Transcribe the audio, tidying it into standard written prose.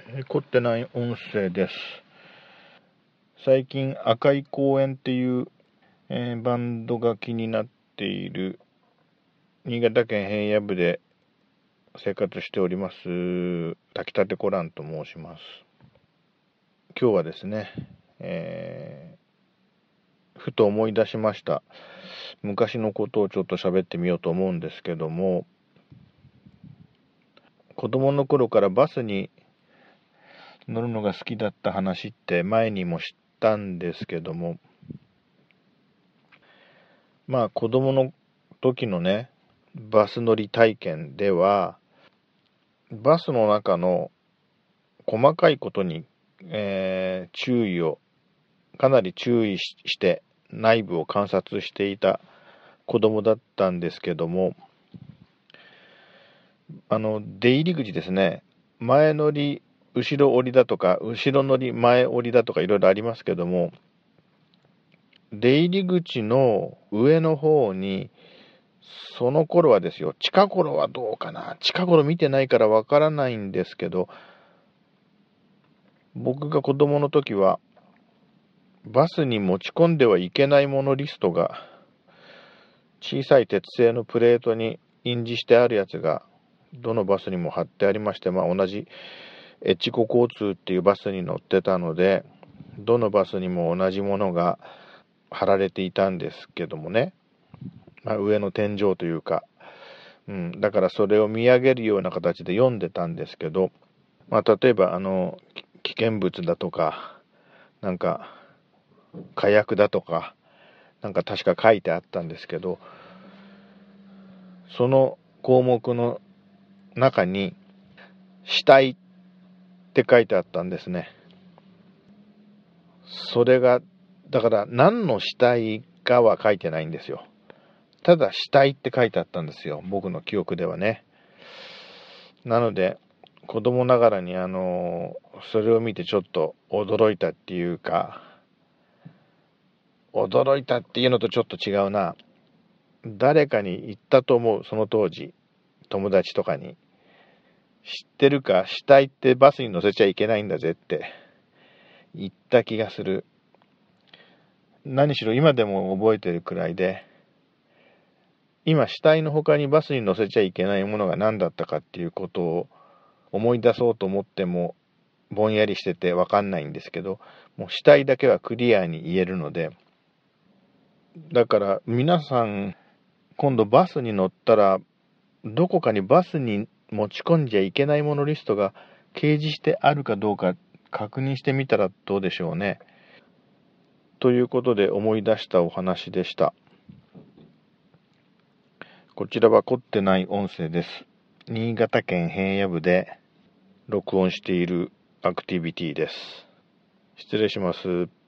凝ってない音声です。最近赤い公園っていう、バンドが気になっている新潟県平野部で生活しております炊きたてコランと申します。今日はですね、ふと思い出しました。昔のことをちょっと喋ってみようと思うんですけども、子供の頃からバスに乗るのが好きだった話って前にも知ったんですけども、子供の時のね、バス乗り体験では、バスの中の細かいことに、かなり注意して内部を観察していた子供だったんですけども、出入り口ですね、前乗り、後ろ降りだとか、後ろ乗り、前降りだとかいろいろありますけども、出入り口の上の方に、その頃はですよ、近頃はどうかな、近頃見てないからわからないんですけど、僕が子供の時は、バスに持ち込んではいけないものリストが、小さい鉄製のプレートに印字してあるやつが、どのバスにも貼ってありまして、同じ越後交通っていうバスに乗ってたので、どのバスにも同じものが貼られていたんですけどもね、上の天井というか、だからそれを見上げるような形で読んでたんですけど、例えば危険物だとか、なんか火薬だとか、なんか確か書いてあったんですけど、その項目の中に死体って書いてあったんですね。それがだから何の死体かは書いてないんですよ。ただ死体って書いてあったんですよ、僕の記憶ではね。なので子供ながらにそれを見てちょっと驚いたっていうか、驚いたっていうのとちょっと違うな。誰かに言ったと思う、その当時。友達とかに。知ってるか、死体ってバスに乗せちゃいけないんだぜって言った気がする。何しろ今でも覚えてるくらいで、今死体の他にバスに乗せちゃいけないものが何だったかっていうことを思い出そうと思ってもぼんやりしててわかんないんですけど、もう死体だけはクリアに言えるので、だから皆さん今度バスに乗ったら、どこかにバスに持ち込んじゃいけないものリストが掲示してあるかどうか確認してみたらどうでしょうね。ということで思い出したお話でした。こちらは凝ってない音声です。新潟県平野部で録音しているアクティビティです。失礼します。